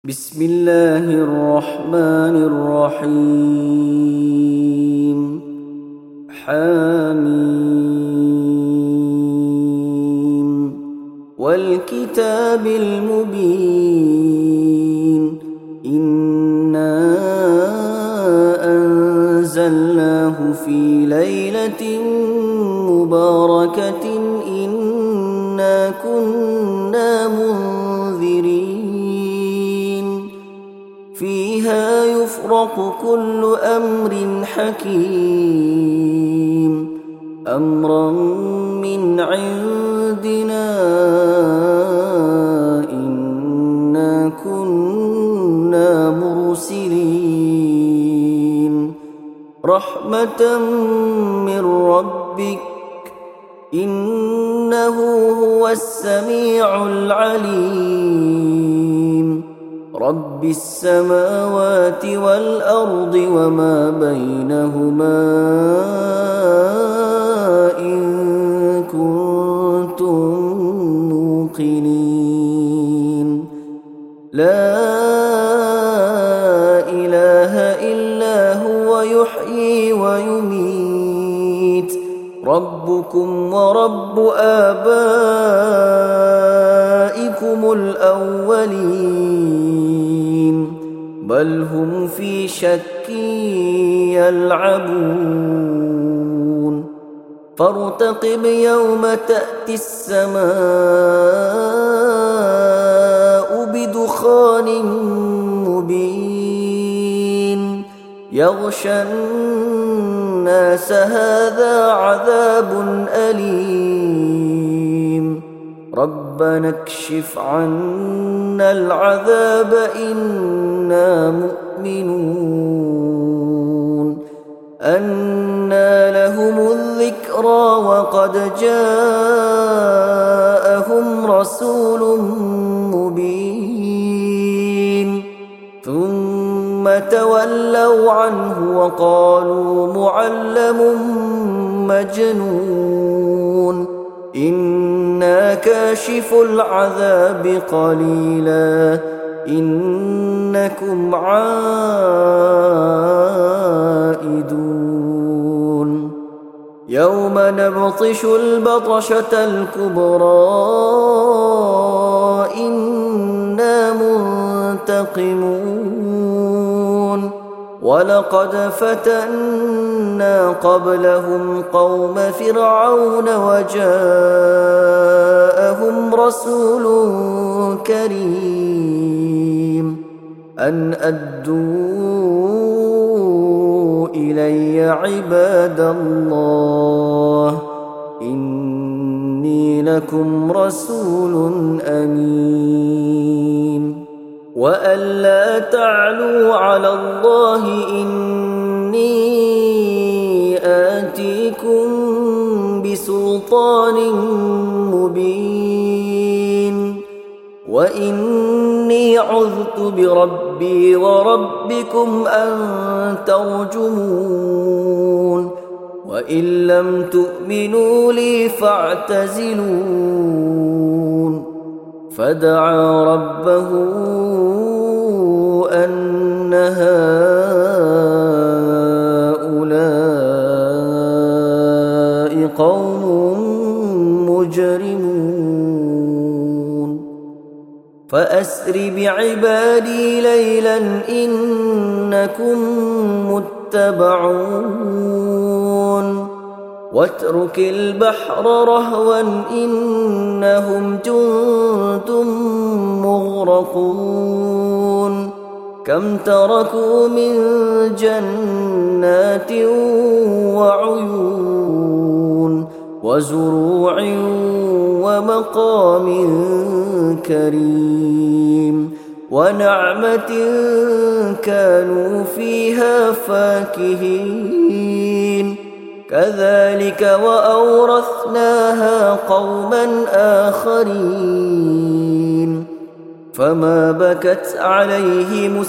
بسم الله الرحمن الرحيم. حميم والكتاب المبين إنا أنزلناه في ليلة مباركة إنا كنا منذرين فيها يفرق كل أمر حكيم أمرا من عندنا إنا كنا مرسلين رحمة من ربك إنه هو السميع العليم رب السماوات والأرض وما بينهما إن كنتم موقنين لا إله إلا هو يحيي ويميت ربكم ورب آبائكم الأولين بل هم في شك يلعبون فارتقب يوم تأتي السماء بدخان مبين يغشى الناس هذا عذاب أليم ربنا اكشف عنا العذاب إنا مؤمنون أنى لهم الذكرى وقد جاءهم رسول مبين ثم تولوا عنه وقالوا معلم مجنون إنا كاشف العذاب قليلا إنكم عائدون يوم نبطش البطشة الكبرى إنا منتقمون ولقد فتنا قبلهم قوم فرعون وجاءهم رسول كريم أن أدوا إلي عباد الله إني لكم رسول أمين وألا تعلوا على الله إني آتيكم بسلطان مبين وإني عذت بربي وربكم أن ترجمون وإن لم تؤمنوا لي فاعتزلون فدعا ربه أن هؤلاء قوم مجرمون فأسر بعبادي ليلا إنكم متبعون واترك البحر رهوا إنهم جند مغرقون كم تركوا من جنات وعيون وزروع ومقام كريم ونعمة كانوا فيها فاكهين كذلك وأورثناها قوما آخرين فما بكت عليهم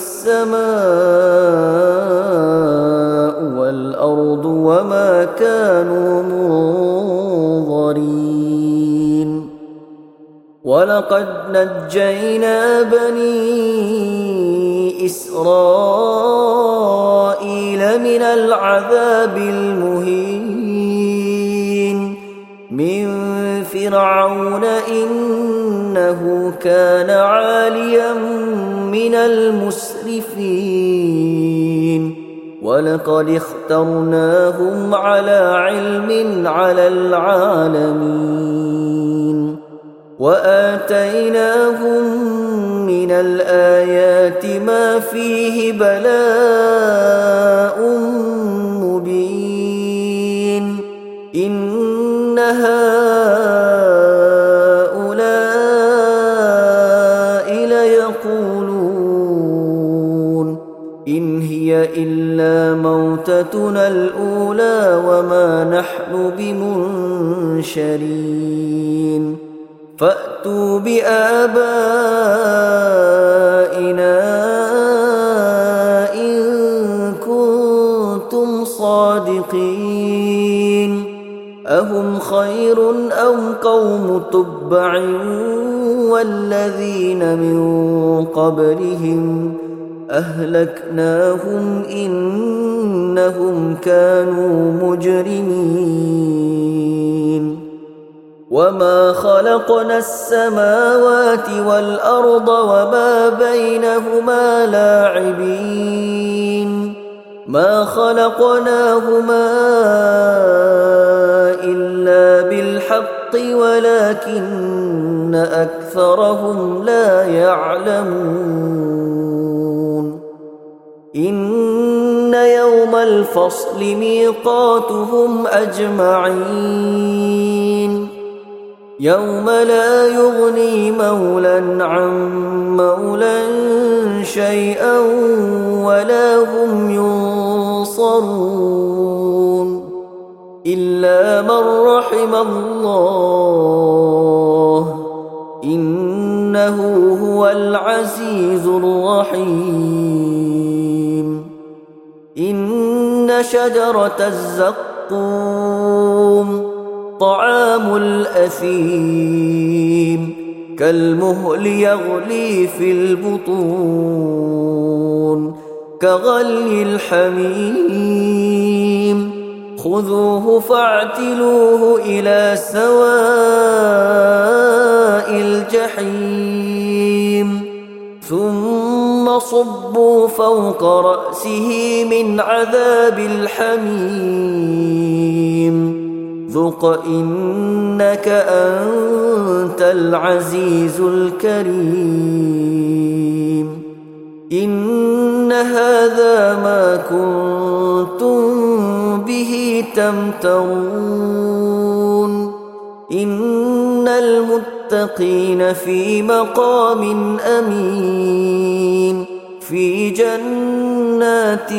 السماء والأرض وما كانوا منظرين ولقد نجينا بني إسرائيل من العذاب المهين من فرعون إنه كان عاليا من المسرفين ولقد اخترناهم على علم على العالمين وآتيناهم من الآيات ما فيه بلاء مبين إن هؤلاء ليقولون إن هي إلا موتتنا الأولى وما نحن بمنشرين فأتوا بآبائنا إن كنتم صادقين أهم خير أم قوم تبع والذين من قبلهم أهلكناهم إنهم كانوا مجرمين وما خلقنا السماوات والأرض وما بينهما لاعبين ما خلقناهما إلا بالحق ولكن أكثرهم لا يعلمون إن يوم الفصل ميقاتهم أجمعين يوم لا يغني مولى عن مولى شيئا ولا هم ينصرون إلا من رحم الله إنه هو العزيز الرحيم إن شجرة الزقوم طعام الأثيم كالمهل يغلي في البطون كغلي الحميم خذوه فاعتلوه إلى سواء الجحيم ثم صبوا فوق رأسه من عذاب الحميم ذق إنك أنت العزيز الكريم إن هذا ما كنتم به تمترون إن المتقين في مقام أمين في جنات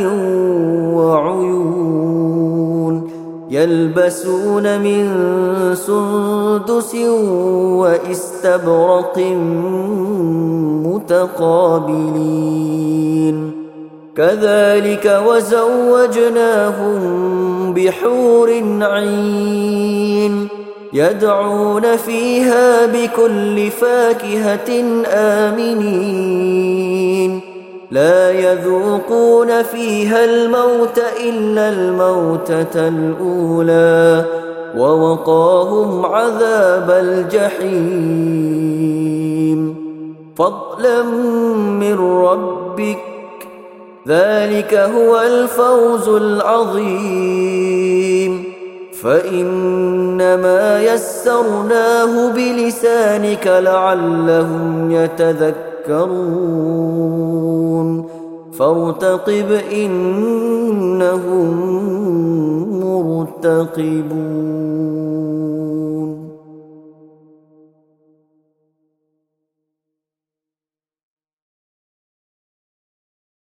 وعيون يلبسون من سندس واستبرق متقابلين كذلك وزوجناهم بحور عين يدعون فيها بكل فاكهة آمنين لا يذوقون فيها الموت إلا الموتة الأولى ووقاهم عذاب الجحيم فضلا من ربك ذلك هو الفوز العظيم فإنما يسرناه بلسانك لعلهم يتذكرون فارتقب إنهم مرتقبون.